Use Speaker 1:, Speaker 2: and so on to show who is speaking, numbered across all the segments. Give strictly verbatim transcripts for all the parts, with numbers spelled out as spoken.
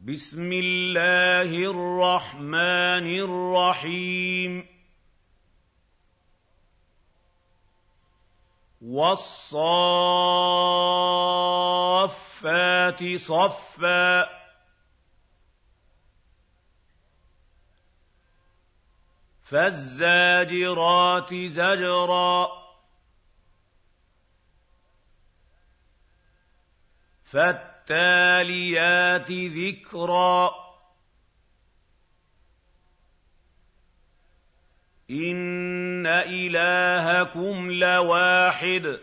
Speaker 1: بسم الله الرحمن الرحيم والصافات صفا فالزاجرات زجرا فالتاليات ذكرا إن إلهكم لواحد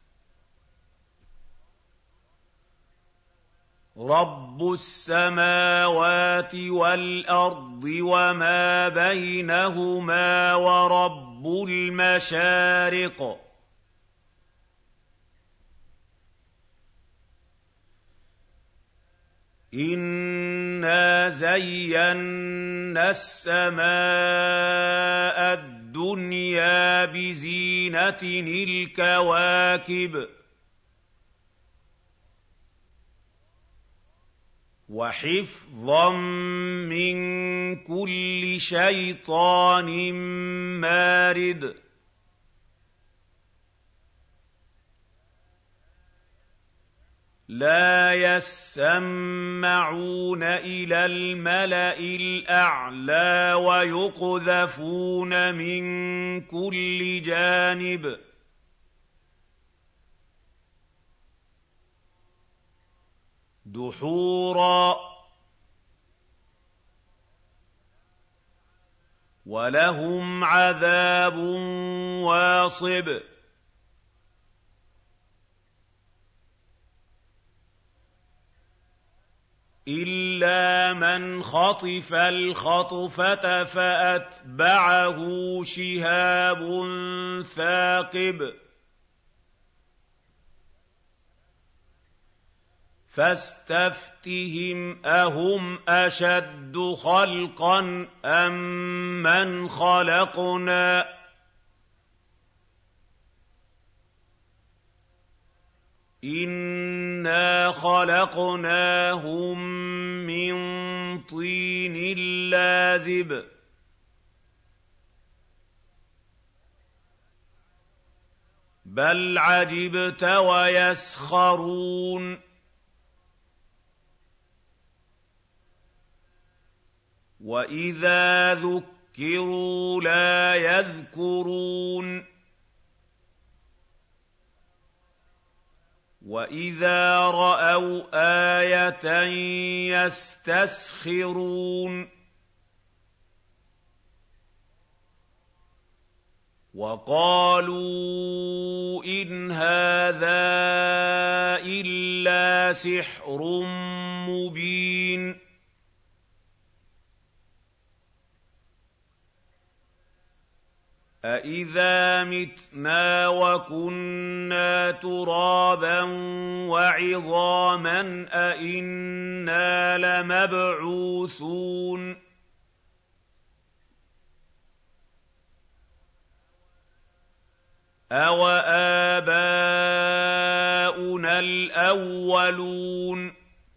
Speaker 1: رب السماوات والأرض وما بينهما ورب المشارق إنا زينا السماء الدنيا بزينة الكواكب وحفظا من كل شيطان مارد لا يسمعون إلى الملأ الأعلى ويقذفون من كل جانب دحورا ولهم عذاب واصب إلا من خطف الخطفة فأتبعه شهاب ثاقب فاستفتهم أهم أشد خلقا أم من خلقنا إنا خلقناهم من طين لازب بل عجبت ويسخرون وإذا ذكروا لا يذكرون وإذا رأوا آية يستسخرون وقالوا إن هذا إلا سحر مبين أَإِذَا مِتْنَا وَكُنَّا تُرَابًا وَعِظَامًا أَإِنَّا لَمَبْعُوثُونَ أَوَآبَاؤُنَا الْأَوَّلُونَ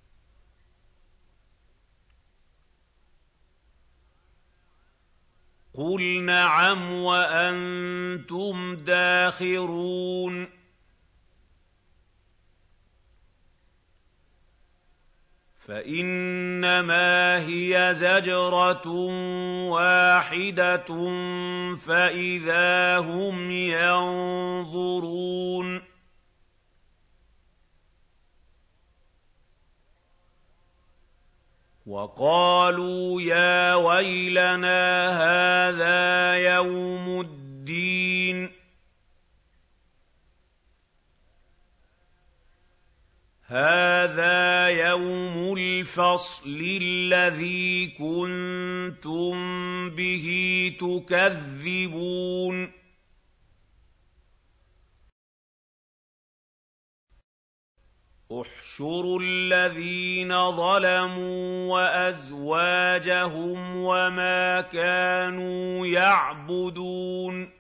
Speaker 1: قُلْ نَعَمْ وَأَنتُمْ دَاخِرُونَ فَإِنَّمَا هِيَ زَجْرَةٌ وَاحِدَةٌ فَإِذَا هُمْ يَنظُرُونَ وَقَالُوا يَا وَيْلَنَا هَٰذَا يَوْمُ الدِّينِ هَٰذَا يَوْمُ الْفَصْلِ الَّذِي كُنتُم بِهِ تُكَذِّبُونَ احشروا الذين ظلموا وأزواجهم وما كانوا يعبدون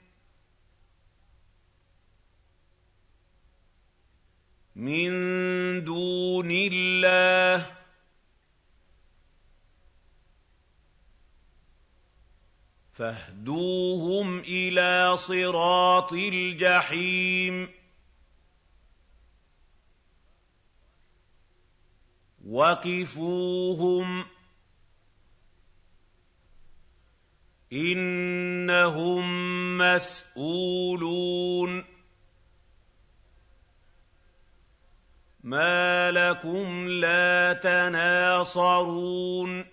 Speaker 1: من دون الله فاهدوهم إلى صراط الجحيم وقفوهم إنهم مسئولون ما لكم لا تناصرون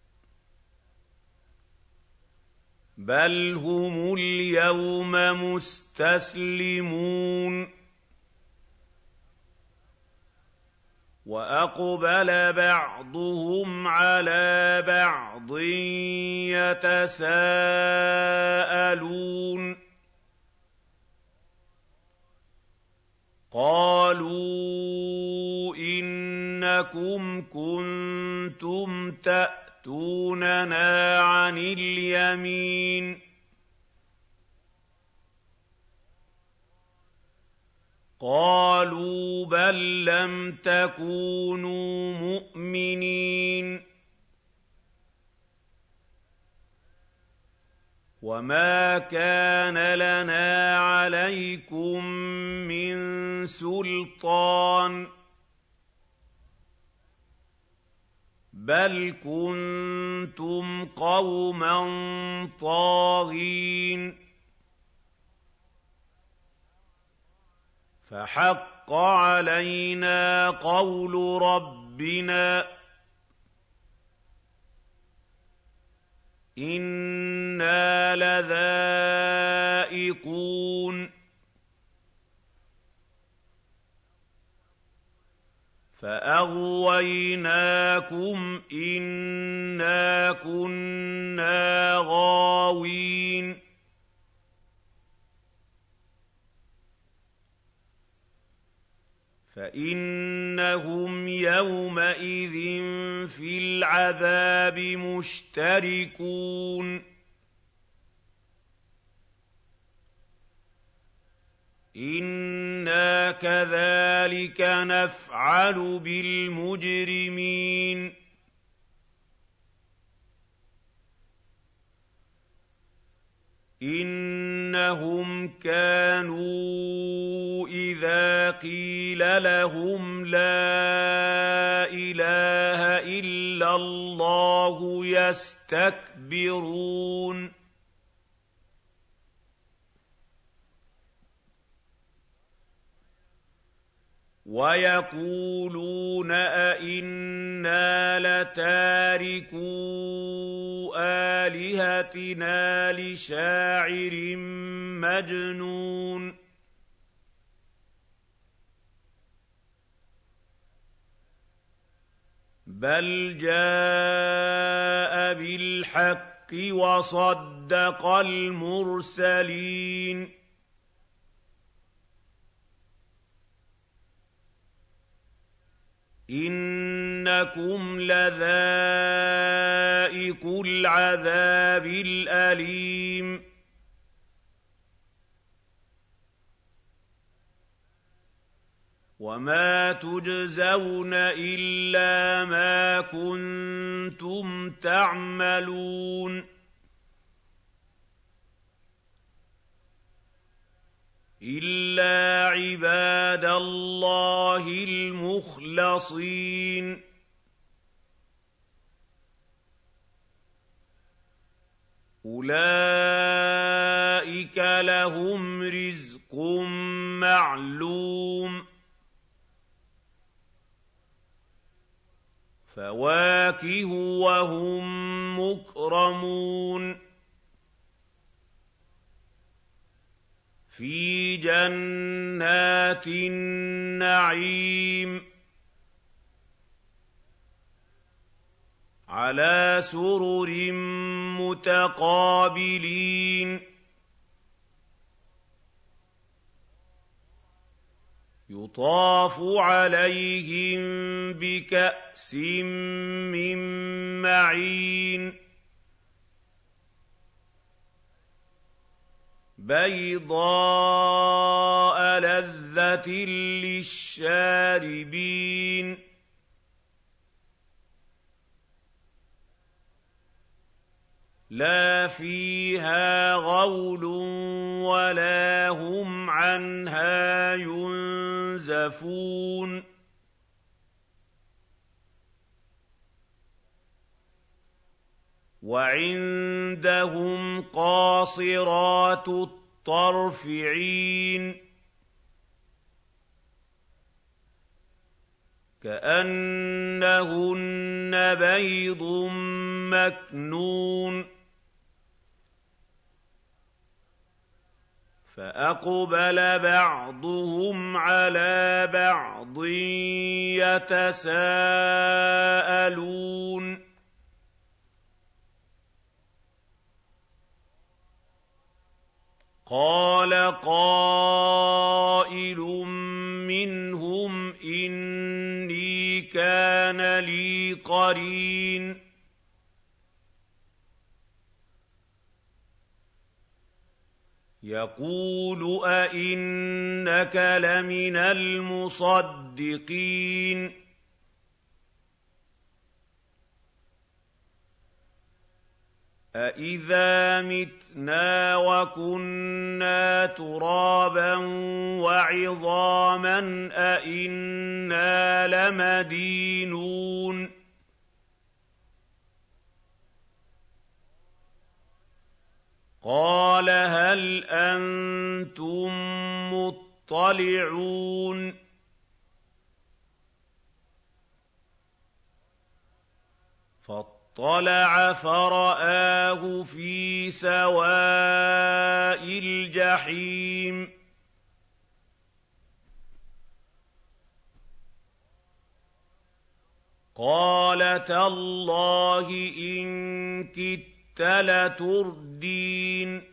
Speaker 1: بل هم اليوم مستسلمون وأقبل بعضهم على بعض يتساءلون قالوا إنكم كنتم تأتوننا عن اليمين قالوا بل لم تكونوا مؤمنين وما كان لنا عليكم من سلطان بل كنتم قوما طاغين فحق علينا قول ربنا إنا لذائقون فأغويناكم إنا كنا غاوين فإنهم يومئذ في العذاب مشتركون إنا كذلك نفعل بالمجرمين إنهم كانوا إذا قيل لهم لا إله إلا الله يستكبرون ويقولون أئنا لتاركو آلهتنا لشاعر مجنون بل جاء بالحق وصدق المرسلين إنكم لذائقو العذاب الأليم وما تجزون إلا ما كنتم تعملون إلا عباد الله المخلصين أولئك لهم رزق معلوم فواكه وهم مكرمون في جنات النعيم على سرر متقابلين يطاف عليهم بكأس من معين بيضاء لذة للشاربين لَا فِيهَا غَوْلٌ وَلَا هُمْ عَنْهَا يُنزَفُونَ وَعِندَهُمْ قَاصِرَاتُ الطَّرْفِ عِينٌ كَأَنَّهُنَّ بَيْضٌ مَّكْنُونٌ فَأَقْبَلَ بَعْضُهُمْ عَلَىٰ بَعْضٍ يَتَسَاءَلُونَ قَالَ قَائِلٌ مِّنْهُمْ إِنِّي كَانَ لِي قَرِينٌ يَقُولُ أَإِنَّكَ لَمِنَ الْمُصَدِّقِينَ أَإِذَا مِتْنَا وَكُنَّا تُرَابًا وَعِظَامًا أَإِنَّا لَمَدِينُونَ قَالَ هَلْ أَنتُم مُّطَّلِعُونَ فاطلع فرآه في سواء الجحيم قال تالله إن كدت لتردين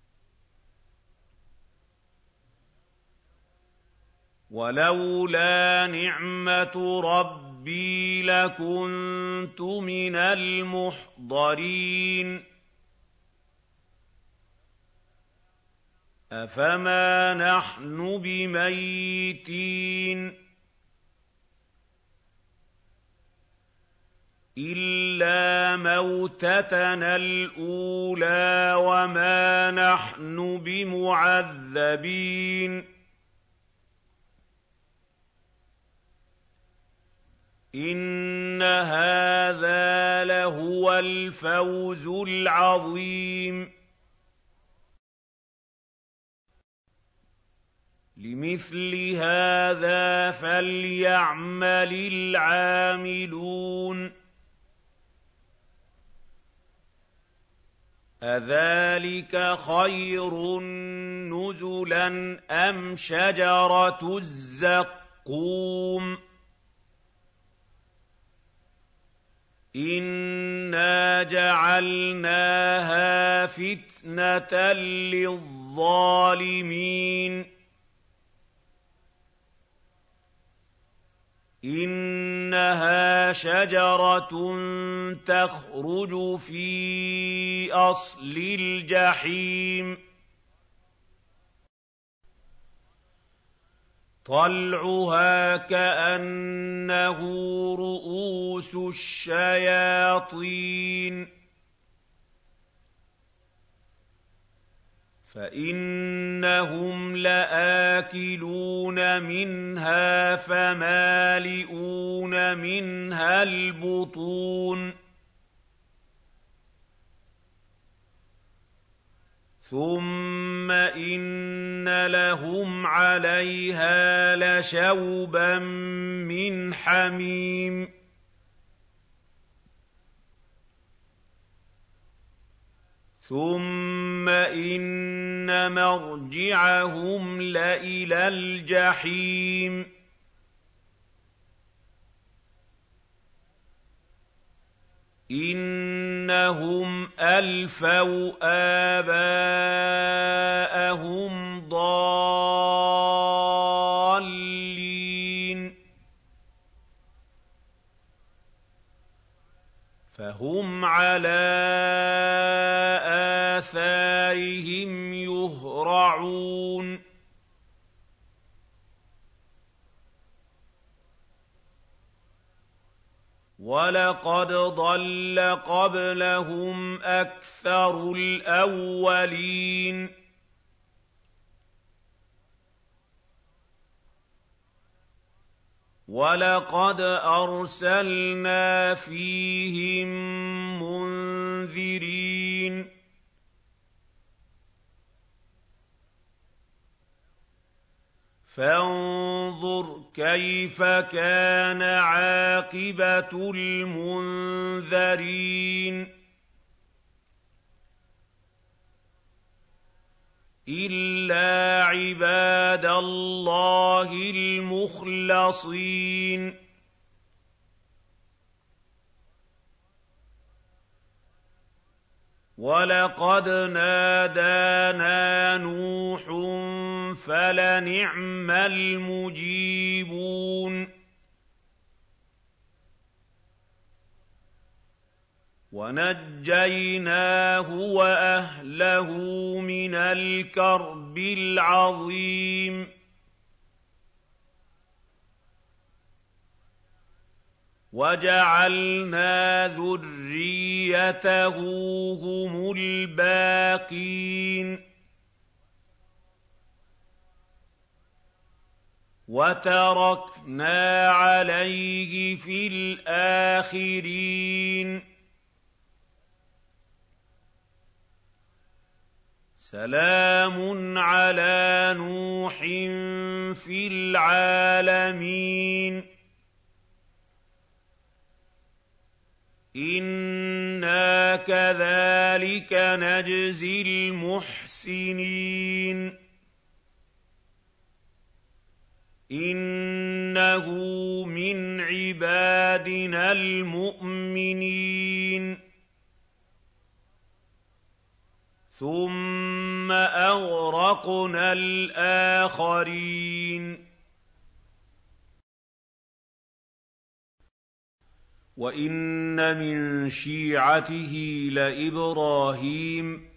Speaker 1: ولولا نعمة ربي لكنت من المحضرين أفما نحن بميتين إلا موتتنا الأولى وما نحن بمعذبين إِنَّ هَٰذَا لَهُوَ الْفَوْزُ الْعَظِيمُ لِمِثْلِ هَٰذَا فَلْيَعْمَلِ الْعَامِلُونَ أَذَٰلِكَ خَيْرٌ نُّزُلًا أَمْ شَجَرَةُ الزَّقُّومِ إِنَّا جَعَلْنَاهَا فِتْنَةً لِّلظَّالِمِينَ إِنَّهَا شَجَرَةٌ تَخْرُجُ فِي أَصْلِ الْجَحِيمِ طَلْعُهَا كَأَنَّهُ رُءُوسُ الشَّيَاطِينِ فَإِنَّهُمْ لَآكِلُونَ مِنْهَا فَمَالِئُونَ مِنْهَا الْبُطُونَ ثُمَّ إِنَّ لَهُمْ عَلَيْهَا لَشَوْبًا مِّنْ حَمِيمٍ ثُمَّ إِنَّ مَرْجِعَهُمْ لَإِلَى الْجَحِيمِ إِنَّهُمْ أَلْفَوْا آبَاءَهُمْ ضَالِّينَ فَهُمْ عَلَىٰ آثَارِهِمْ يُهْرَعُونَ وَلَقَدْ ضَلَّ قَبْلَهُمْ أَكْثَرُ الْأَوَّلِينَ وَلَقَدْ أَرْسَلْنَا فِيهِم مُّنذِرِينَ فَانظُرْ كَيْفَ كَانَ عَاقِبَةُ الْمُنذَرِينَ إِلَّا عِبَادَ اللَّهِ الْمُخْلَصِينَ وَلَقَدْ نَادَانَا نُوحٌ فَلَنِعْمَ الْمُجِيبُونَ وَنَجَّيْنَاهُ وَأَهْلَهُ مِنَ الْكَرْبِ الْعَظِيمِ وَجَعَلْنَا ذُرِّيَّتَهُ هُمُ الْبَاقِينَ وَتَرَكْنَا عَلَيْهِ فِي الْآخِرِينَ سَلَامٌ عَلَىٰ نُوحٍ فِي الْعَالَمِينَ إِنَّا كَذَٰلِكَ نَجْزِي الْمُحْسِنِينَ إِنَّهُ مِنْ عِبَادِنَا الْمُؤْمِنِينَ ثُمَّ أَغْرَقْنَا الْآخَرِينَ وَإِنَّ مِن شِيعَتِهِ لَإِبْرَاهِيمَ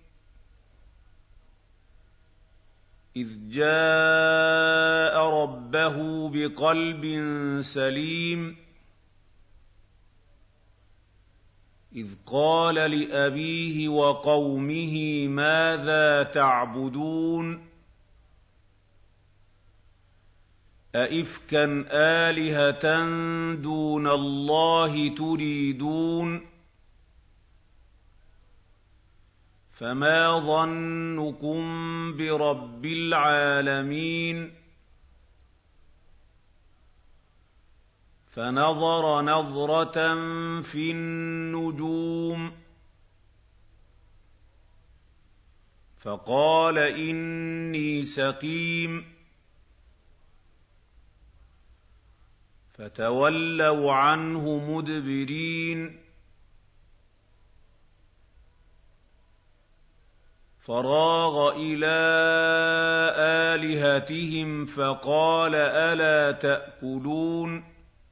Speaker 1: إِذْ جَاءَ رَبَّهُ بِقَلْبٍ سَلِيمٍ إِذْ قَالَ لِأَبِيهِ وَقَوْمِهِ مَاذَا تَعْبُدُونَ أَئِفْكًا آلِهَةً دُونَ اللَّهِ تُرِيدُونَ فَمَا ظَنُّكُم بِرَبِّ الْعَالَمِينَ فَنَظَرَ نَظْرَةً فِي النُّجُومِ فَقَالَ إِنِّي سَقِيمٌ فَتَوَلَّوْا عَنْهُ مُدْبِرِينَ فَرَاغَ إِلَىٰ آلِهَتِهِمْ فَقَالَ أَلَا تَأْكُلُونَ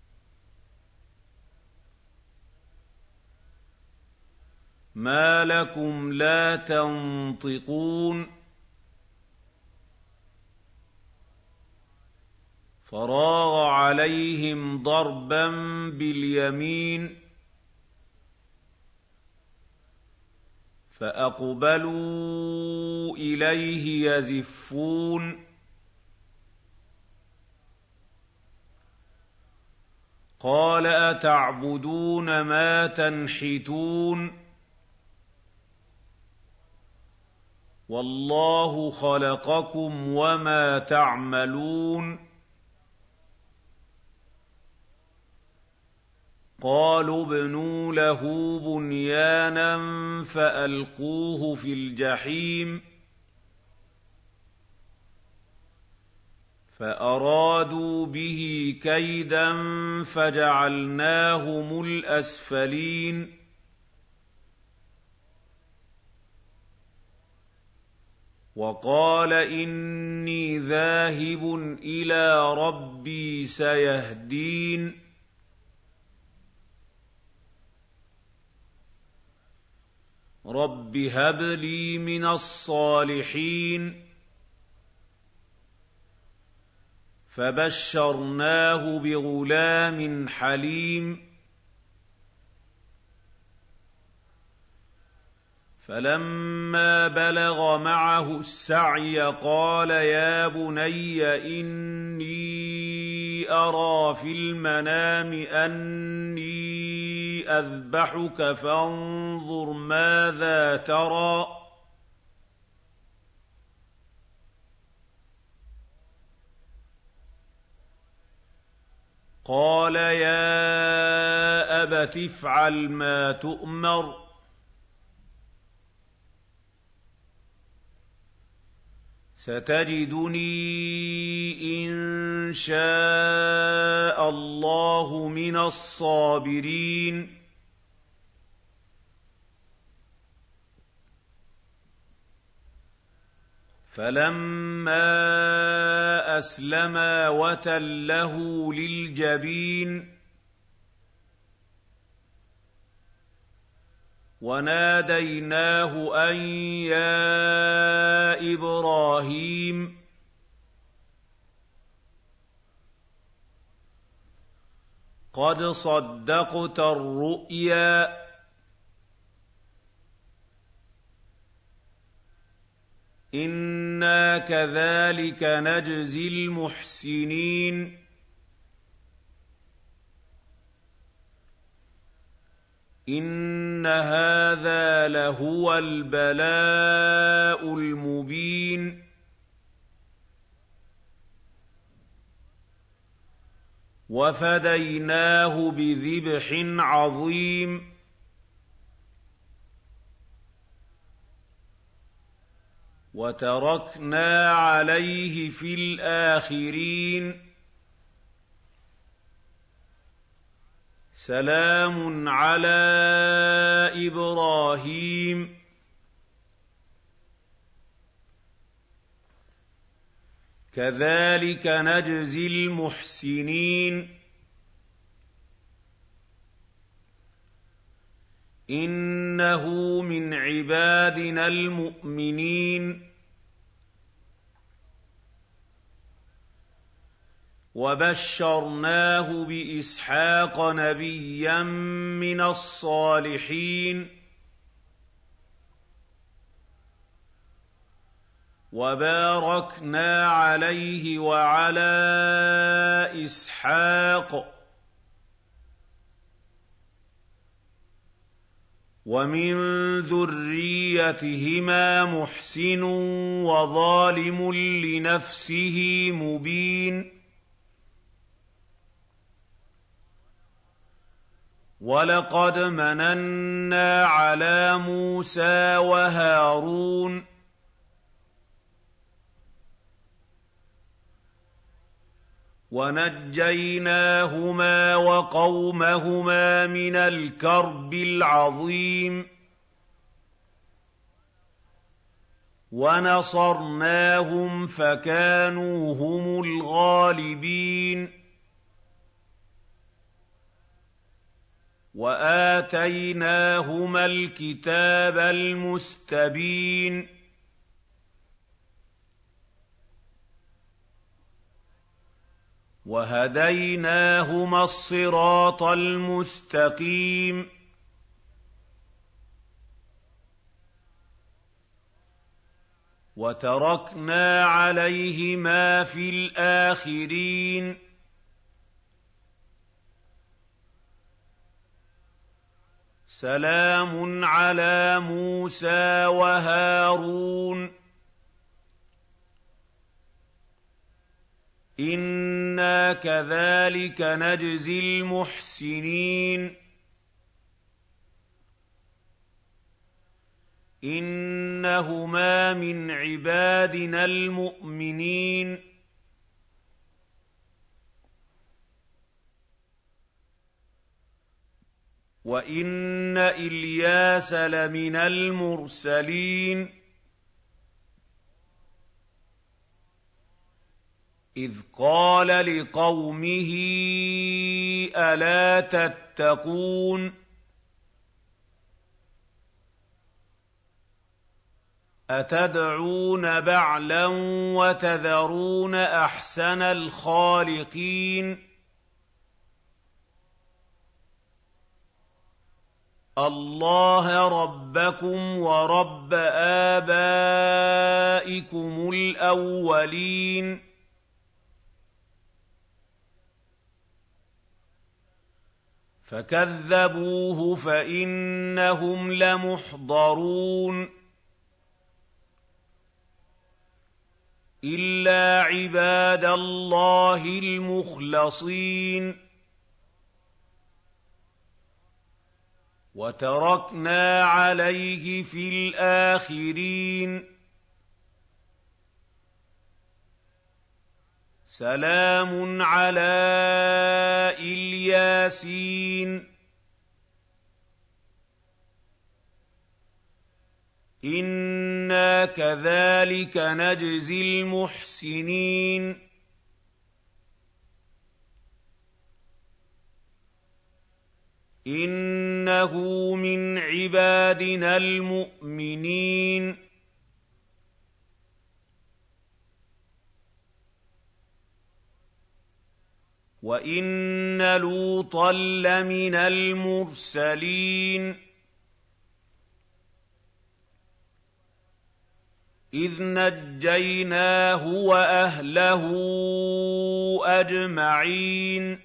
Speaker 1: مَا لَكُمْ لَا تَنطِقُونَ فَرَاغَ عَلَيْهِمْ ضَرْبًا بِالْيَمِينِ فَأَقْبَلُوا إِلَيْهِ يَزِفُّونَ قَالَ أَتَعْبُدُونَ مَا تَنْحِتُونَ وَاللَّهُ خَلَقَكُمْ وَمَا تَعْمَلُونَ قَالُوا ابْنُوا لَهُ بُنْيَانًا فَأَلْقُوهُ فِي الْجَحِيمِ فَأَرَادُوا بِهِ كَيْدًا فَجَعَلْنَاهُمُ الْأَسْفَلِينَ وَقَالَ إِنِّي ذَاهِبٌ إِلَىٰ رَبِّي سَيَهْدِينِ رَبِّ هَبْ لِي مِنَ الصَّالِحِينَ فَبَشَّرْنَاهُ بِغُلَامٍ حَلِيمٍ فَلَمَّا بَلَغَ مَعَهُ السَّعْيَ قَالَ يَا بُنَيَّ إِنِّي أَرَىٰ فِي الْمَنَامِ أَنِّي أَذْبَحُكَ فَانظُرْ مَاذَا تَرَىٰ ۚ قَالَ يَا أَبَتِ افْعَلْ مَا تُؤْمَرُ ۖ سَتَجِدُنِي إِن شَاءَ اللَّهُ مِنَ الصَّابِرِينَ فَلَمَّا أَسْلَمَا وَتَلَّهُ لِلْجَبِينِ وَنَادَيْنَاهُ أَن يَا إِبْرَاهِيمُ قَدْ صَدَّقْتَ الرُّؤْيَا إِنَّا كَذَٰلِكَ نَجْزِي الْمُحْسِنِينَ إِنَّ هَٰذَا لَهُوَ الْبَلَاءُ الْمُبِينُ وَفَدَيْنَاهُ بِذِبْحٍ عَظِيمٍ وَتَرَكْنَا عَلَيْهِ فِي الْآخِرِينَ سَلَامٌ عَلَىٰ إِبْرَاهِيمَ كَذَٰلِكَ نَجْزِي الْمُحْسِنِينَ إِنَّهُ مِنْ عِبَادِنَا الْمُؤْمِنِينَ وَبَشَّرْنَاهُ بِإِسْحَاقَ نَبِيًّا مِّنَ الصَّالِحِينَ وَبَارَكْنَا عَلَيْهِ وَعَلَىٰ إِسْحَاقَ وَمِن ذُرِّيَّتِهِمَا مُحْسِنٌ وَظَالِمٌ لِّنَفْسِهِ مُبِينٌ وَلَقَدْ مَنَنَّا عَلَىٰ مُوسَىٰ وَهَارُونَ وَنَجَّيْنَاهُمَا وَقَوْمَهُمَا مِنَ الْكَرْبِ الْعَظِيمِ وَنَصَرْنَاهُمْ فَكَانُوا هُمُ الْغَالِبِينَ وَآتَيْنَاهُمَا الْكِتَابَ الْمُسْتَبِينَ وَهَدَيْنَاهُمَا الصِّرَاطَ الْمُسْتَقِيمَ وَتَرَكْنَا عَلَيْهِمَا فِي الْآخِرِينَ سَلَامٌ عَلَىٰ مُوسَىٰ وَهَارُونَ إِنَّا كَذَٰلِكَ نَجْزِي الْمُحْسِنِينَ إِنَّهُمَا مِنْ عِبَادِنَا الْمُؤْمِنِينَ وَإِنَّ إِلْيَاسَ لَمِنَ الْمُرْسَلِينَ إِذْ قَالَ لِقَوْمِهِ أَلَا تَتَّقُونَ أَتَدْعُونَ بَعْلًا وَتَذَرُونَ أَحْسَنَ الْخَالِقِينَ اللَّهَ رَبَّكُمْ وَرَبَّ آبَائِكُمُ الْأَوَّلِينَ فَكَذَّبُوهُ فَإِنَّهُمْ لَمُحْضَرُونَ إِلَّا عِبَادَ اللَّهِ الْمُخْلَصِينَ وَتَرَكْنَا عَلَيْهِ فِي الْآخِرِينَ سَلَامٌ عَلَىٰ إِلْ يَاسِينَ إِنَّا كَذَٰلِكَ نَجْزِي الْمُحْسِنِينَ إِنَّهُ مِنْ عِبَادِنَا الْمُؤْمِنِينَ وَإِنَّ لُوطًا لَّمِنَ الْمُرْسَلِينَ إِذْ نَجَّيْنَاهُ وَأَهْلَهُ أَجْمَعِينَ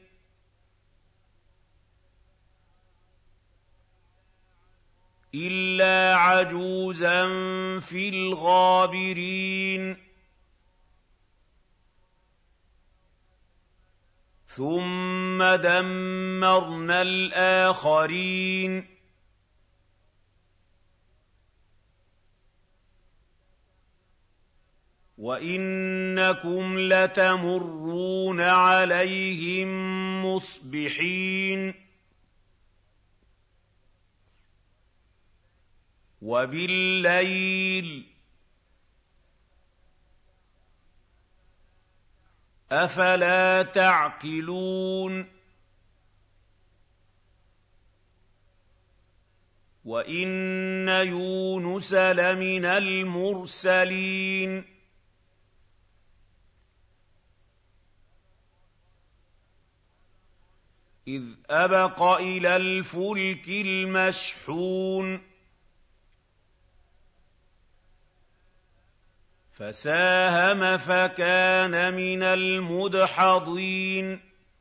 Speaker 1: إِلَّا عَجُوزًا فِي الْغَابِرِينَ ثُمَّ دَمَّرْنَا الْآخَرِينَ وَإِنَّكُمْ لَتَمُرُّونَ عَلَيْهِم مُّصْبِحِينَ وَبِاللَّيْلِ ۗ أَفَلَا تَعْقِلُونَ وَإِنَّ يُونُسَ لَمِنَ الْمُرْسَلِينَ إِذْ أَبَقَ إِلَى الْفُلْكِ الْمَشْحُونِ فَسَاهَمَ فَكَانَ مِنَ الْمُدْحَضِينَ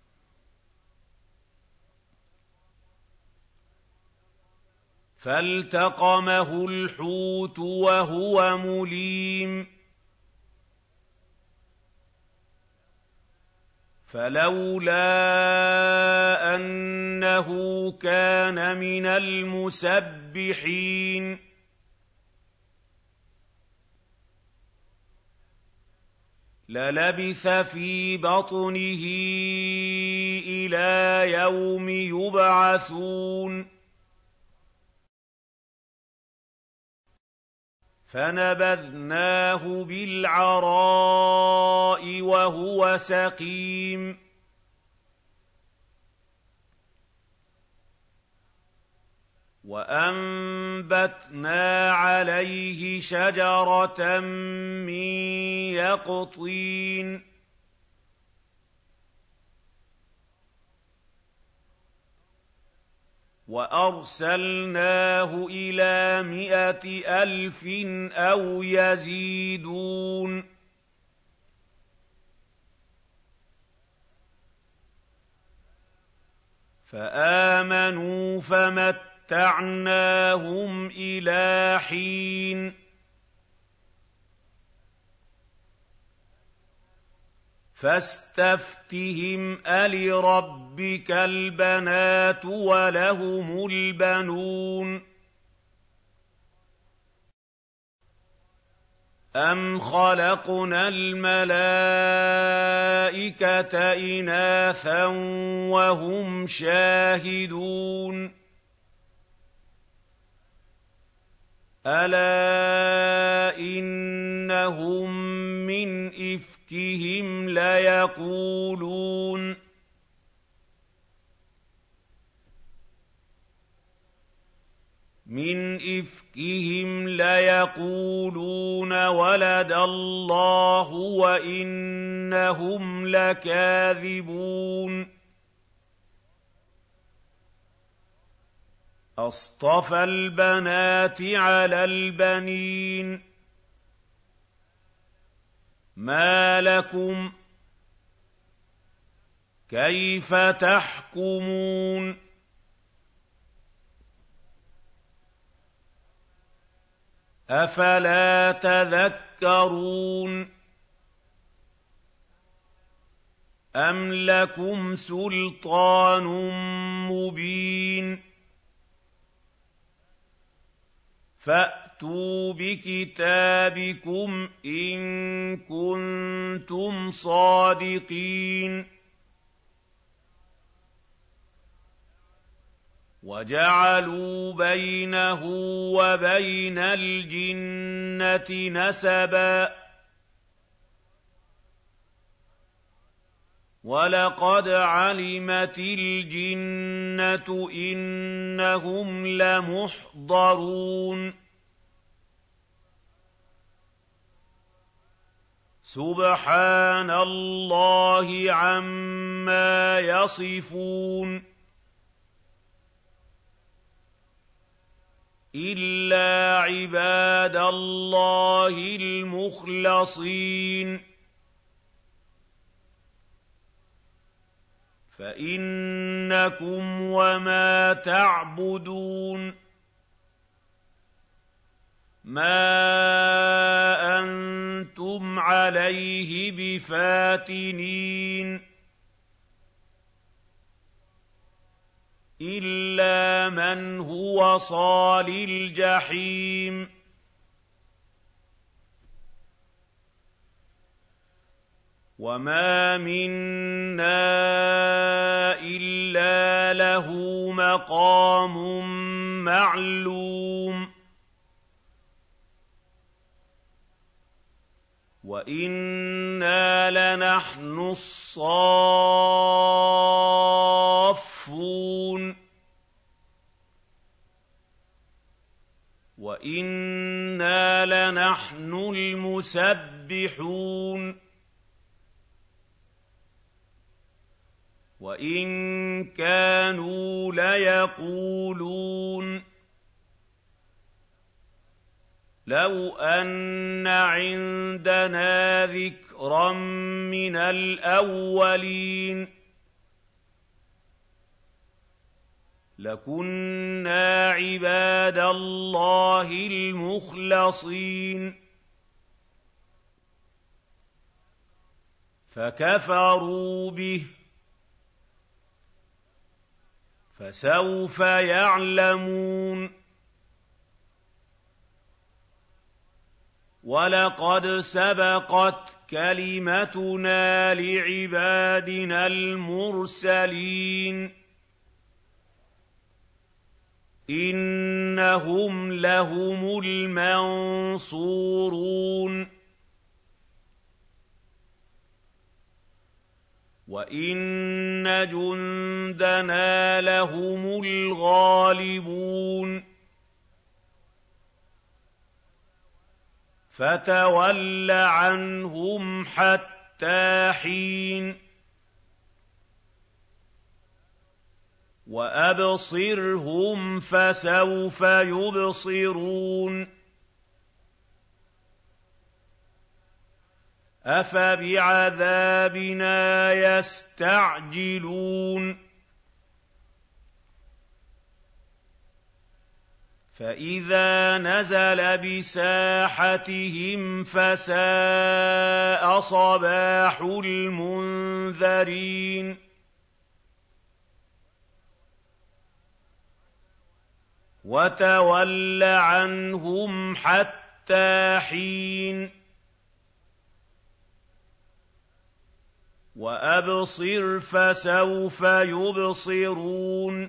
Speaker 1: فَالْتَقَمَهُ الْحُوتُ وَهُوَ مُلِيمٌ فَلَوْلَا أَنَّهُ كَانَ مِنَ الْمُسَبِّحِينَ لَلَبِثَ فِي بَطْنِهِ إِلَىٰ يَوْمِ يُبْعَثُونَ فَنَبَذْنَاهُ بِالْعَرَاءِ وَهُوَ سَقِيمٌ وَأَنبَتْنَا عَلَيْهِ شَجَرَةً مِّن يَقْطِينٍ وَأَرْسَلْنَاهُ إِلَىٰ مِائَةِ أَلْفٍ أَوْ يَزِيدُونَ فَآمَنُوا فَمَتَّعْنَاهُمْ إِلَىٰ حِينٍ فَاسْتَفْتِهِمْ أَلِرَبِّكَ الْبَنَاتُ وَلَهُمُ الْبَنُونَ أَمْ خَلَقْنَا الْمَلَائِكَةَ إِنَاثًا وَهُمْ شَاهِدُونَ أَلَا إِنَّهُم مِّنْ إِفْكِهِمْ لَيَقُولُونَ مِنْ إِفْكِهِمْ لَيَقُولُونَ وَلَدَ اللَّهُ وَإِنَّهُمْ لَكَاذِبُونَ أَصْطَفَى الْبَنَاتِ عَلَى الْبَنِينَ مَا لَكُمْ كَيْفَ تَحْكُمُونَ أَفَلَا تَذَكَّرُونَ أَمْ لَكُمْ سُلْطَانٌ مُّبِينٌ فَأْتُوا بِكِتَابِكُمْ إِن كُنتُمْ صَادِقِينَ وَجَعَلُوا بَيْنَهُ وَبَيْنَ الْجِنَّةِ نَسَبًا وَلَقَدْ عَلِمَتِ الْجِنَّةُ إِنَّهُمْ لَمُحْضَرُونَ سُبْحَانَ اللَّهِ عَمَّا يَصِفُونَ إِلَّا عِبَادَ اللَّهِ الْمُخْلَصِينَ فَإِنَّكُمْ وَمَا تَعْبُدُونَ مَا أَنتُمْ عَلَيْهِ بِفَاتِنِينَ إِلَّا مَنْ هُوَ صَالِ الْجَحِيمِ وَمَا مِنَّا إِلَّا لَهُ مَقَامٌ مَّعْلُومٌ وَإِنَّا لَنَحْنُ الصَّافُّونَ وَإِنَّا لَنَحْنُ الْمُسَبِّحُونَ وَإِن كَانُوا لَيَقُولُونَ لَوْ أَنَّ عِندَنَا ذِكْرًا مِّنَ الْأَوَّلِينَ لَكُنَّا عِبَادَ اللَّهِ الْمُخْلَصِينَ فَكَفَرُوا بِهِ فَسَوْفَ يَعْلَمُونَ وَلَقَدْ سَبَقَتْ كَلِمَتُنَا لِعِبَادِنَا الْمُرْسَلِينَ إِنَّهُمْ لَهُمُ الْمَنصُورُونَ وَإِنَّ جُندَنَا لَهُمُ الْغَالِبُونَ فَتَوَلَّ عَنْهُمْ حَتَّىٰ حِينٍ وَأَبْصِرْهُمْ فَسَوْفَ يُبْصِرُونَ أَفَبِعَذَابِنَا يَسْتَعْجِلُونَ فَإِذَا نَزَلَ بِسَاحَتِهِمْ فَسَاءَ صَبَاحُ الْمُنذَرِينَ وَتَوَلَّ عَنْهُمْ حَتَّىٰ حِينٍ وَأَبْصِرْ فَسَوْفَ يُبْصِرُونَ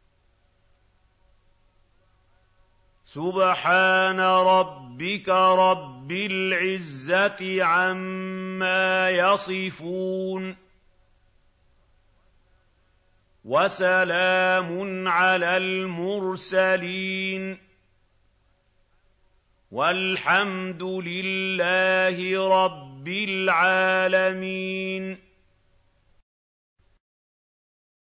Speaker 1: سُبْحَانَ رَبِّكَ رَبِّ الْعِزَّةِ عَمَّا يَصِفُونَ وَسَلَامٌ عَلَى الْمُرْسَلِينَ وَالْحَمْدُ لِلَّهِ رَبِّ الْعَالَمِينَ